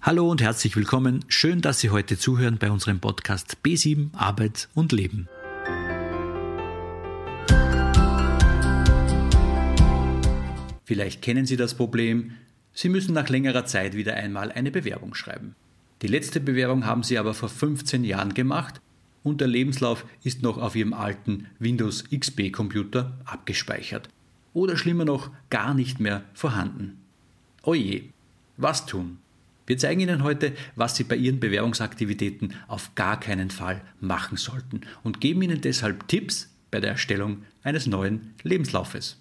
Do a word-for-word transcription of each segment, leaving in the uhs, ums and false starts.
Hallo und herzlich willkommen. Schön, dass Sie heute zuhören bei unserem Podcast B sieben Arbeit und Leben. Vielleicht kennen Sie das Problem, Sie müssen nach längerer Zeit wieder einmal eine Bewerbung schreiben. Die letzte Bewerbung haben Sie aber vor fünfzehn Jahren gemacht und der Lebenslauf ist noch auf Ihrem alten Windows X P-Computer abgespeichert. Oder schlimmer noch, gar nicht mehr vorhanden. Oje, was tun? Wir zeigen Ihnen heute, was Sie bei Ihren Bewerbungsaktivitäten auf gar keinen Fall machen sollten und geben Ihnen deshalb Tipps bei der Erstellung eines neuen Lebenslaufes.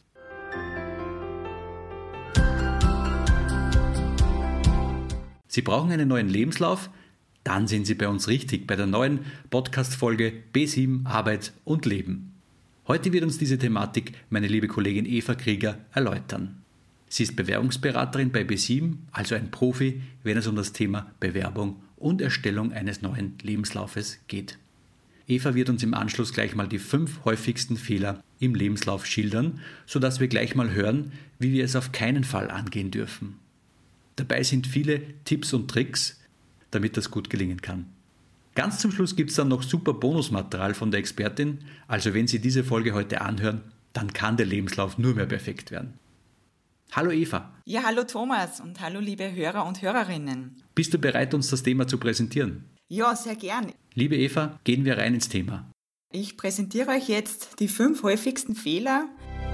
Sie brauchen einen neuen Lebenslauf? Dann sind Sie bei uns richtig, bei der neuen Podcast-Folge B sieben Arbeit und Leben. Heute wird uns diese Thematik meine liebe Kollegin Eva Krieger erläutern. Sie ist Bewerbungsberaterin bei B sieben, also ein Profi, wenn es um das Thema Bewerbung und Erstellung eines neuen Lebenslaufes geht. Eva wird uns im Anschluss gleich mal die fünf häufigsten Fehler im Lebenslauf schildern, sodass wir gleich mal hören, wie wir es auf keinen Fall angehen dürfen. Dabei sind viele Tipps und Tricks, damit das gut gelingen kann. Ganz zum Schluss gibt es dann noch super Bonusmaterial von der Expertin, also wenn Sie diese Folge heute anhören, dann kann der Lebenslauf nur mehr perfekt werden. Hallo Eva. Ja, hallo Thomas und hallo liebe Hörer und Hörerinnen. Bist du bereit, uns das Thema zu präsentieren? Ja, sehr gern. Liebe Eva, gehen wir rein ins Thema. Ich präsentiere euch jetzt die fünf häufigsten Fehler.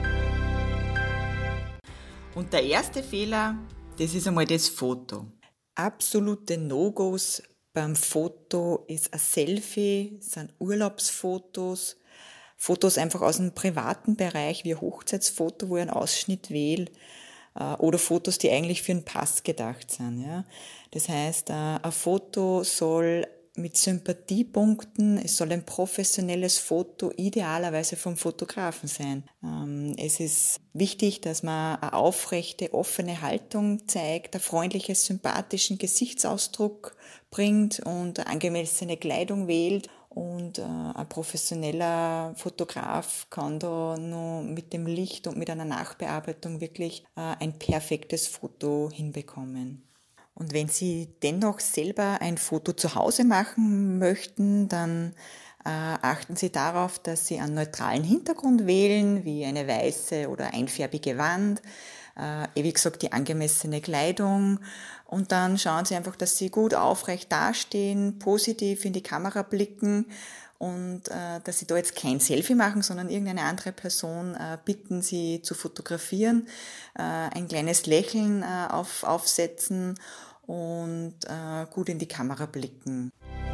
Und der erste Fehler, das ist einmal das Foto. Absolute No-Gos beim Foto ist ein Selfie, sind Urlaubsfotos, Fotos einfach aus dem privaten Bereich, wie ein Hochzeitsfoto, wo ich einen Ausschnitt wähle, oder Fotos, die eigentlich für einen Pass gedacht sind. Ja. Das heißt, ein Foto soll mit Sympathie punkten, es soll ein professionelles Foto idealerweise vom Fotografen sein. Es ist wichtig, dass man eine aufrechte, offene Haltung zeigt, einen freundlichen, sympathischen Gesichtsausdruck bringt und eine angemessene Kleidung wählt. Und äh, ein professioneller Fotograf kann da nur mit dem Licht und mit einer Nachbearbeitung wirklich äh, ein perfektes Foto hinbekommen. Und wenn Sie dennoch selber ein Foto zu Hause machen möchten, dann äh, achten Sie darauf, dass Sie einen neutralen Hintergrund wählen, wie eine weiße oder einfärbige Wand, äh, wie gesagt die angemessene Kleidung. Und dann schauen Sie einfach, dass Sie gut aufrecht dastehen, positiv in die Kamera blicken und äh, dass Sie da jetzt kein Selfie machen, sondern irgendeine andere Person äh, bitten, Sie zu fotografieren, äh, ein kleines Lächeln äh, auf, aufsetzen und äh, gut in die Kamera blicken.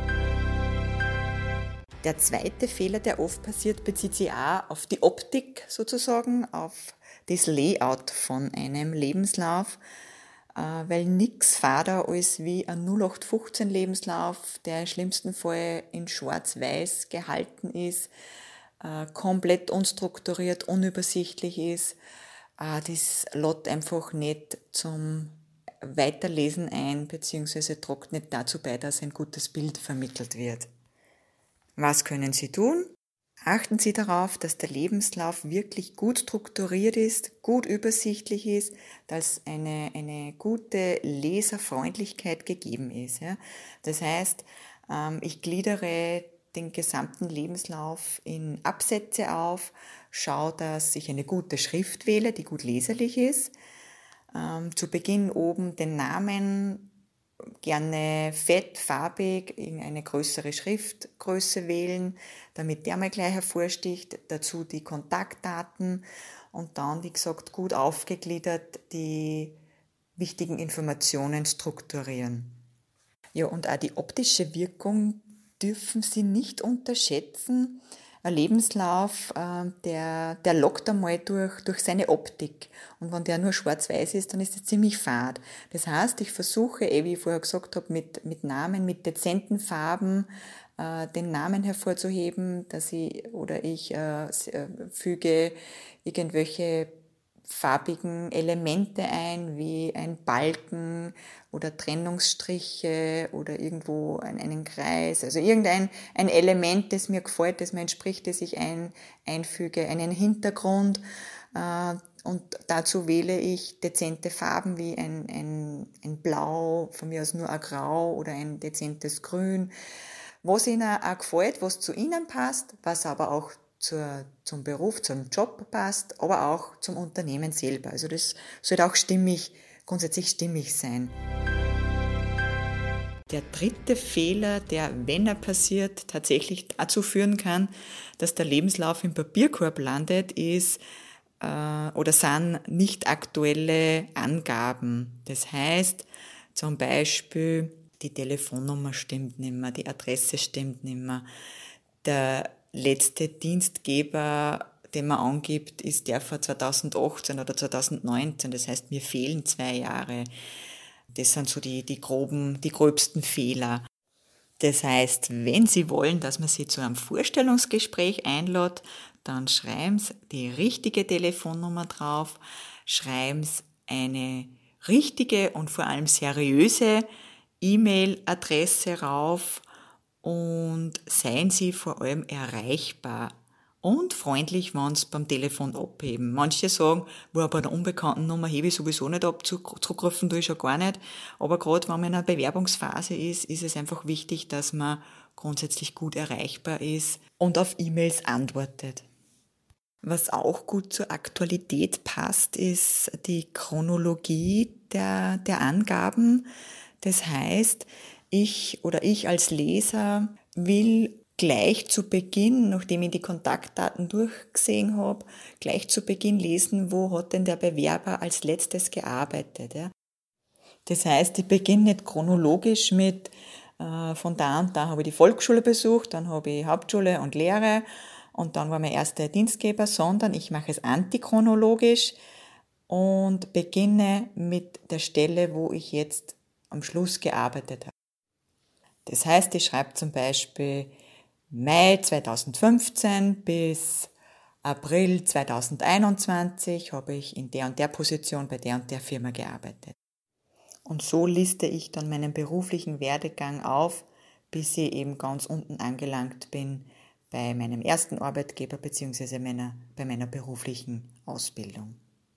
Der zweite Fehler, der oft passiert, bezieht sich auch auf die Optik sozusagen, auf das Layout von einem Lebenslauf. Weil nichts fader als wie ein null acht fünfzehn Lebenslauf, der im schlimmsten Fall in schwarz-weiß gehalten ist, komplett unstrukturiert, unübersichtlich ist. Das lädt einfach nicht zum Weiterlesen ein, beziehungsweise trägt nicht dazu bei, dass ein gutes Bild vermittelt wird. Was können Sie tun? Achten Sie darauf, dass der Lebenslauf wirklich gut strukturiert ist, gut übersichtlich ist, dass eine, eine gute Leserfreundlichkeit gegeben ist. Ja. Das heißt, ich gliedere den gesamten Lebenslauf in Absätze auf, schaue, dass ich eine gute Schrift wähle, die gut leserlich ist. Zu Beginn oben den Namen, gerne fett, farbig, irgendeine größere Schriftgröße wählen, damit der mal gleich hervorsticht. Dazu die Kontaktdaten und dann, wie gesagt, gut aufgegliedert die wichtigen Informationen strukturieren. Ja, und auch die optische Wirkung dürfen Sie nicht unterschätzen. Ein Lebenslauf, der, der lockt einmal durch, durch seine Optik. Und wenn der nur schwarz-weiß ist, dann ist er ziemlich fad. Das heißt, ich versuche, wie ich vorher gesagt habe, mit, mit Namen, mit dezenten Farben, äh, den Namen hervorzuheben, dass ich, oder ich äh, füge irgendwelche farbigen Elemente ein, wie ein Balken oder Trennungsstriche oder irgendwo einen Kreis, also irgendein ein Element, das mir gefällt, das mir entspricht, das ich ein, einfüge, einen Hintergrund, Und dazu wähle ich dezente Farben wie ein, ein, ein Blau, von mir aus nur ein Grau oder ein dezentes Grün, was ihnen auch gefällt, was zu ihnen passt, was aber auch zur, zum Beruf, zum Job passt, aber auch zum Unternehmen selber. Also das sollte auch stimmig, grundsätzlich stimmig sein. Der dritte Fehler, der, wenn er passiert, tatsächlich dazu führen kann, dass der Lebenslauf im Papierkorb landet, ist äh, oder sind nicht aktuelle Angaben. Das heißt, zum Beispiel, die Telefonnummer stimmt nicht mehr, die Adresse stimmt nicht mehr, der letzte Dienstgeber, den man angibt, ist der von zweitausendachtzehn oder zweitausendneunzehn. Das heißt, mir fehlen zwei Jahre. Das sind so die, die groben, die gröbsten Fehler. Das heißt, wenn Sie wollen, dass man Sie zu einem Vorstellungsgespräch einlädt, dann schreiben Sie die richtige Telefonnummer drauf, schreiben Sie eine richtige und vor allem seriöse E-Mail-Adresse rauf und seien Sie vor allem erreichbar und freundlich, wenn Sie beim Telefon abheben. Manche sagen, wo bei einer unbekannten Nummer hebe ich sowieso nicht ab, zurückrufen tue ich schon gar nicht. Aber gerade wenn man in einer Bewerbungsphase ist, ist es einfach wichtig, dass man grundsätzlich gut erreichbar ist und auf E-Mails antwortet. Was auch gut zur Aktualität passt, ist die Chronologie der, der Angaben. Das heißt, ich oder ich als Leser will gleich zu Beginn, nachdem ich die Kontaktdaten durchgesehen habe, gleich zu Beginn lesen, wo hat denn der Bewerber als letztes gearbeitet. Ja? Das heißt, ich beginne nicht chronologisch mit, äh, von da und da habe ich die Volksschule besucht, dann habe ich Hauptschule und Lehre und dann war mein erster Dienstgeber, sondern ich mache es antichronologisch und beginne mit der Stelle, wo ich jetzt am Schluss gearbeitet habe. Das heißt, ich schreibe zum Beispiel Mai zweitausendfünfzehn bis April zweitausendeinundzwanzig habe ich in der und der Position bei der und der Firma gearbeitet. Und so liste ich dann meinen beruflichen Werdegang auf, bis ich eben ganz unten angelangt bin bei meinem ersten Arbeitgeber bzw. meiner, bei meiner beruflichen Ausbildung.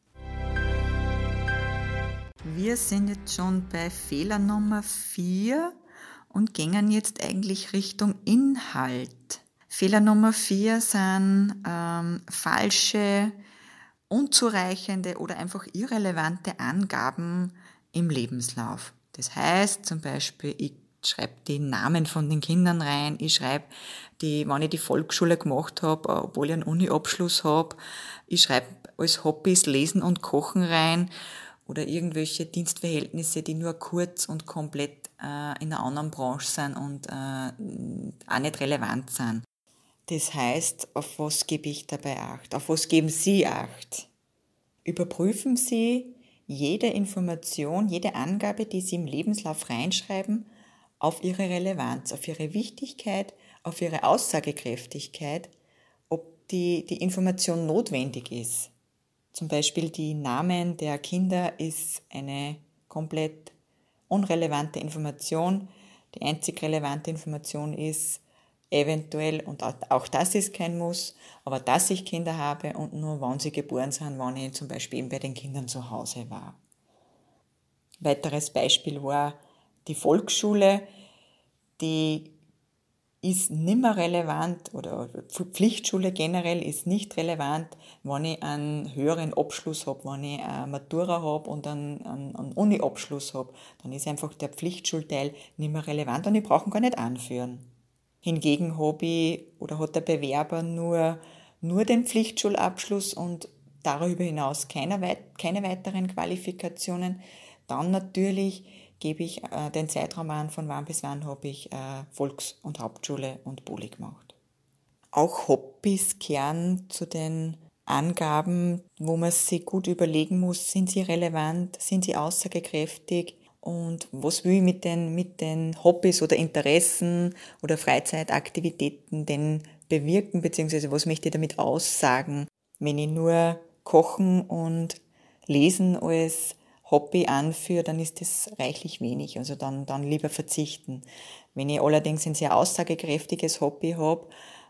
Wir sind jetzt schon bei Fehler Nummer vier. Und gehen jetzt eigentlich Richtung Inhalt. Fehler Nummer vier sind ähm, falsche, unzureichende oder einfach irrelevante Angaben im Lebenslauf. Das heißt zum Beispiel, ich schreibe die Namen von den Kindern rein, ich schreibe, die, wann ich die Volksschule gemacht habe, obwohl ich einen Uni-Abschluss habe, ich schreibe als Hobbys Lesen und Kochen rein oder irgendwelche Dienstverhältnisse, die nur kurz und komplett äh, in einer anderen Branche sind und äh, auch nicht relevant sind. Das heißt, auf was gebe ich dabei Acht? Auf was geben Sie Acht? Überprüfen Sie jede Information, jede Angabe, die Sie im Lebenslauf reinschreiben, auf ihre Relevanz, auf ihre Wichtigkeit, auf ihre Aussagekräftigkeit, ob die, die Information notwendig ist. Zum Beispiel die Namen der Kinder ist eine komplett unrelevante Information. Die einzig relevante Information ist eventuell, und auch das ist kein Muss, aber dass ich Kinder habe und nur wann sie geboren sind, wann ich zum Beispiel eben bei den Kindern zu Hause war. Weiteres Beispiel war die Volksschule, die ist nicht mehr relevant oder Pflichtschule generell ist nicht relevant, wenn ich einen höheren Abschluss habe, wenn ich eine Matura habe und einen, einen, einen Uni-Abschluss habe, dann ist einfach der Pflichtschulteil nicht mehr relevant und ich brauche ihn gar nicht anführen. Hingegen habe ich oder hat der Bewerber nur, nur den Pflichtschulabschluss und darüber hinaus keine, keine weiteren Qualifikationen, dann natürlich gebe ich äh, den Zeitraum an, von wann bis wann habe ich äh, Volks- und Hauptschule und Poli gemacht. Auch Hobbys kehren zu den Angaben, wo man sich gut überlegen muss, sind sie relevant, sind sie aussagekräftig und was will ich mit den, mit den Hobbys oder Interessen oder Freizeitaktivitäten denn bewirken, beziehungsweise was möchte ich damit aussagen, wenn ich nur Kochen und Lesen als Hobby anführe, dann ist das reichlich wenig, also dann, dann lieber verzichten. Wenn ich allerdings ein sehr aussagekräftiges Hobby habe,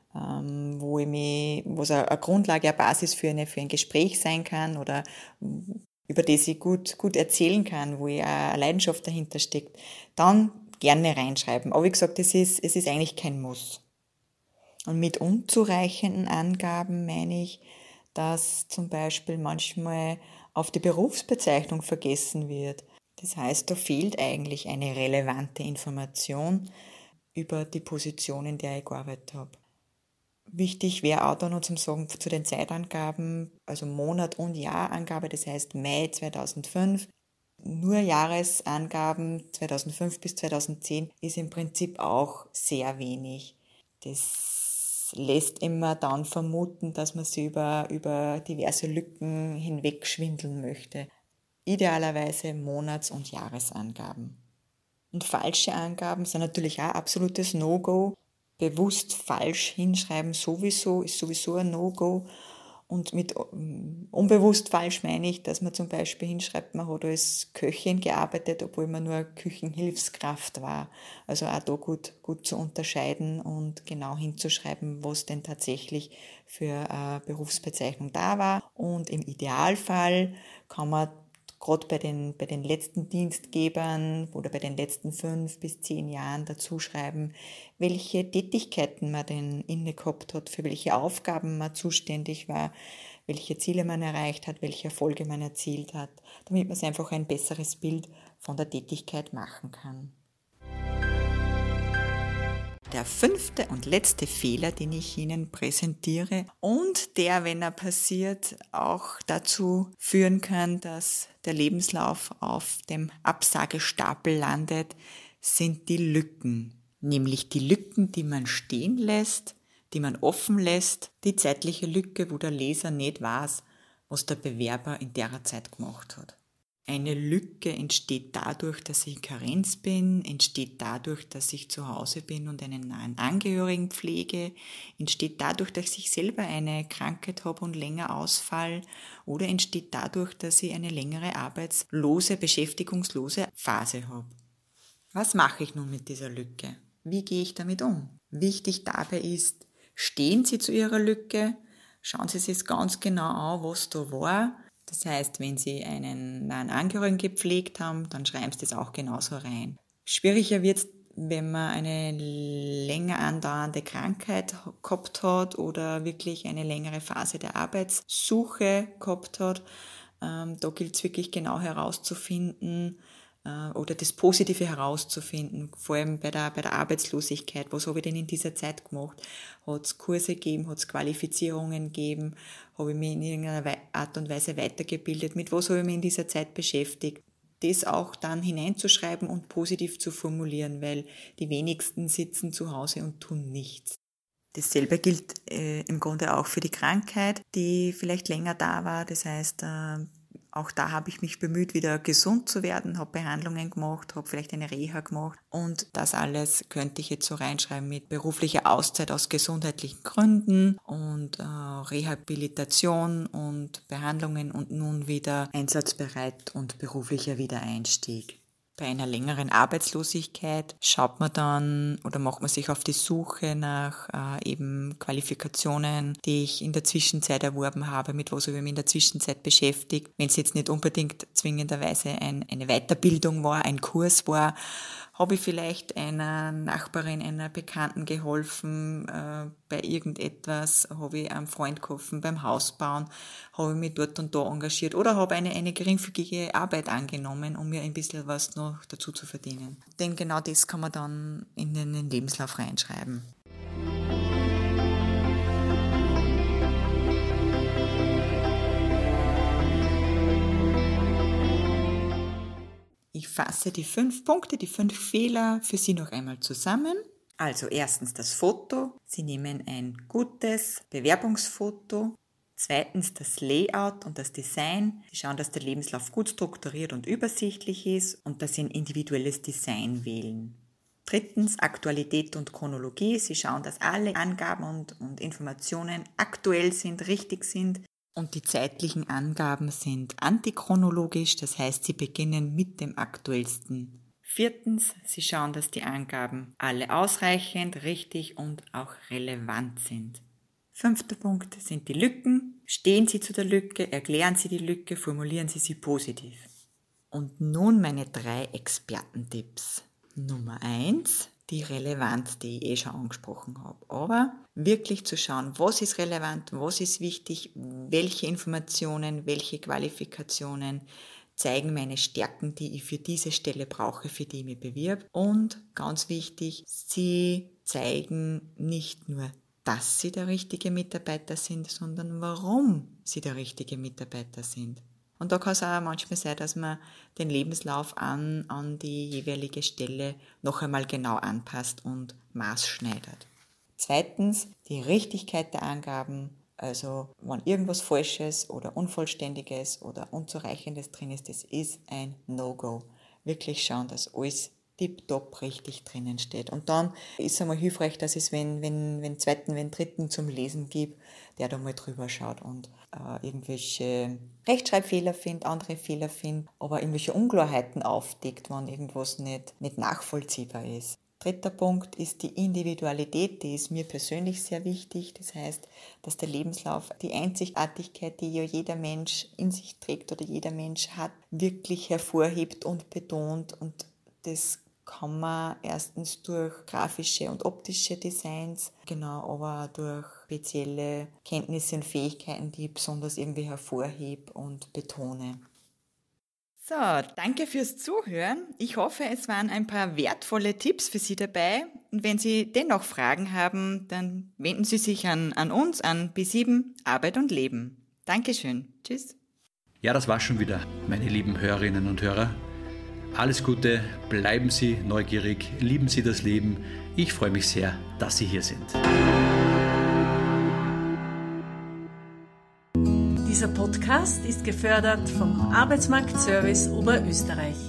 ähm, wo ich mich, wo es eine Grundlage, eine Basis für, eine, für ein Gespräch sein kann oder über das ich gut, gut erzählen kann, wo ich eine Leidenschaft dahinter steckt, dann gerne reinschreiben. Aber wie gesagt, es ist, es ist eigentlich kein Muss. Und mit unzureichenden Angaben meine ich, dass zum Beispiel manchmal auf die Berufsbezeichnung vergessen wird. Das heißt, da fehlt eigentlich eine relevante Information über die Position, in der ich gearbeitet habe. Wichtig wäre auch da noch zum Sagen zu den Zeitangaben, also Monat- und Jahrangabe, das heißt Mai zweitausendfünf. Nur Jahresangaben zweitausendfünf bis zweitausendzehn ist im Prinzip auch sehr wenig. Das lässt immer dann vermuten, dass man sie über, über diverse Lücken hinweg schwindeln möchte. Idealerweise Monats- und Jahresangaben. Und falsche Angaben sind natürlich auch absolutes No-Go. Bewusst falsch hinschreiben sowieso ist sowieso ein No-Go. Und mit unbewusst falsch meine ich, dass man zum Beispiel hinschreibt, man hat als Köchin gearbeitet, obwohl man nur Küchenhilfskraft war. Also auch da gut, gut zu unterscheiden und genau hinzuschreiben, was denn tatsächlich für eine Berufsbezeichnung da war. Und im Idealfall kann man gerade bei den, bei den letzten Dienstgebern oder bei den letzten fünf bis zehn Jahren dazu schreiben, welche Tätigkeiten man denn inne gehabt hat, für welche Aufgaben man zuständig war, welche Ziele man erreicht hat, welche Erfolge man erzielt hat, damit man sich einfach ein besseres Bild von der Tätigkeit machen kann. Der fünfte und letzte Fehler, den ich Ihnen präsentiere und der, wenn er passiert, auch dazu führen kann, dass der Lebenslauf auf dem Absagestapel landet, sind die Lücken. Nämlich die Lücken, die man stehen lässt, die man offen lässt, die zeitliche Lücke, wo der Leser nicht weiß, was der Bewerber in der Zeit gemacht hat. Eine Lücke entsteht dadurch, dass ich in Karenz bin, entsteht dadurch, dass ich zu Hause bin und einen nahen Angehörigen pflege, entsteht dadurch, dass ich selber eine Krankheit habe und länger ausfall oder entsteht dadurch, dass ich eine längere arbeitslose, beschäftigungslose Phase habe. Was mache ich nun mit dieser Lücke? Wie gehe ich damit um? Wichtig dabei ist, stehen Sie zu Ihrer Lücke, schauen Sie sich ganz genau an, was da war. Das heißt, wenn Sie einen nahen Angehörigen gepflegt haben, dann schreiben Sie das auch genauso rein. Schwieriger wird es, wenn man eine länger andauernde Krankheit gehabt hat oder wirklich eine längere Phase der Arbeitssuche gehabt hat. Ähm, da gilt es wirklich genau herauszufinden äh, oder das Positive herauszufinden, vor allem bei der, bei der Arbeitslosigkeit. Was habe ich denn in dieser Zeit gemacht? Hat es Kurse gegeben, hat es Qualifizierungen gegeben? Habe ich mich in irgendeiner Art und Weise weitergebildet? Mit was habe ich mich in dieser Zeit beschäftigt? Das auch dann hineinzuschreiben und positiv zu formulieren, weil die wenigsten sitzen zu Hause und tun nichts. Dasselbe gilt äh, im Grunde auch für die Krankheit, die vielleicht länger da war. Das heißt, äh, auch da habe ich mich bemüht, wieder gesund zu werden, habe Behandlungen gemacht, habe vielleicht eine Reha gemacht und das alles könnte ich jetzt so reinschreiben mit beruflicher Auszeit aus gesundheitlichen Gründen und äh, Rehabilitation und Behandlungen und nun wieder einsatzbereit und beruflicher Wiedereinstieg. Bei einer längeren Arbeitslosigkeit schaut man dann oder macht man sich auf die Suche nach äh, eben Qualifikationen, die ich in der Zwischenzeit erworben habe, mit was habe ich mich in der Zwischenzeit beschäftigt. Wenn es jetzt nicht unbedingt zwingenderweise ein, eine Weiterbildung war, ein Kurs war, habe ich vielleicht einer Nachbarin, einer Bekannten geholfen äh, bei irgendetwas, habe ich einem Freund geholfen beim Hausbauen, habe ich mich dort und da engagiert oder habe eine, eine geringfügige Arbeit angenommen, um mir ein bisschen was noch dazu zu verdienen. Denn genau das kann man dann in den Lebenslauf reinschreiben. Ich fasse die fünf Punkte, die fünf Fehler für Sie noch einmal zusammen. Also erstens das Foto. Sie nehmen ein gutes Bewerbungsfoto. Zweitens das Layout und das Design. Sie schauen, dass der Lebenslauf gut strukturiert und übersichtlich ist und dass Sie ein individuelles Design wählen. Drittens Aktualität und Chronologie. Sie schauen, dass alle Angaben und, und Informationen aktuell sind, richtig sind. Und die zeitlichen Angaben sind antichronologisch, das heißt, sie beginnen mit dem aktuellsten Viertens, Sie schauen, dass die Angaben alle ausreichend, richtig und auch relevant sind. Fünfter Punkt sind die Lücken. Stehen Sie zu der Lücke, erklären Sie die Lücke, formulieren Sie sie positiv. Und nun meine drei Expertentipps. Nummer eins, die Relevanz, die ich eh schon angesprochen habe. Aber wirklich zu schauen, was ist relevant, was ist wichtig, welche Informationen, welche Qualifikationen zeigen meine Stärken, die ich für diese Stelle brauche, für die ich mich bewirbe. Und ganz wichtig, sie zeigen nicht nur, dass sie der richtige Mitarbeiter sind, sondern warum sie der richtige Mitarbeiter sind. Und da kann es auch manchmal sein, dass man den Lebenslauf an, an die jeweilige Stelle noch einmal genau anpasst und maßschneidert. Zweitens, die Richtigkeit der Angaben. Also, wenn irgendwas Falsches oder Unvollständiges oder Unzureichendes drin ist, das ist ein No-Go. Wirklich schauen, dass alles tipptopp richtig drinnen steht. Und dann ist es einmal hilfreich, dass es, wenn, wenn, wenn zweiten, wenn dritten zum Lesen gibt, der da mal drüber schaut und äh, irgendwelche Rechtschreibfehler findet, andere Fehler findet, aber irgendwelche Unklarheiten aufdeckt, wenn irgendwas nicht, nicht nachvollziehbar ist. Dritter Punkt ist die Individualität, die ist mir persönlich sehr wichtig. Das heißt, dass der Lebenslauf die Einzigartigkeit, die ja jeder Mensch in sich trägt oder jeder Mensch hat, wirklich hervorhebt und betont. Und das kann man erstens durch grafische und optische Designs, genau, aber auch durch spezielle Kenntnisse und Fähigkeiten, die ich besonders irgendwie hervorhebe und betone. So, danke fürs Zuhören. Ich hoffe, es waren ein paar wertvolle Tipps für Sie dabei. Und wenn Sie dennoch Fragen haben, dann wenden Sie sich an, an uns, an B sieben Arbeit und Leben. Dankeschön. Tschüss. Ja, das war's schon wieder, meine lieben Hörerinnen und Hörer. Alles Gute, bleiben Sie neugierig, lieben Sie das Leben. Ich freue mich sehr, dass Sie hier sind. Dieser Podcast ist gefördert vom Arbeitsmarktservice Oberösterreich.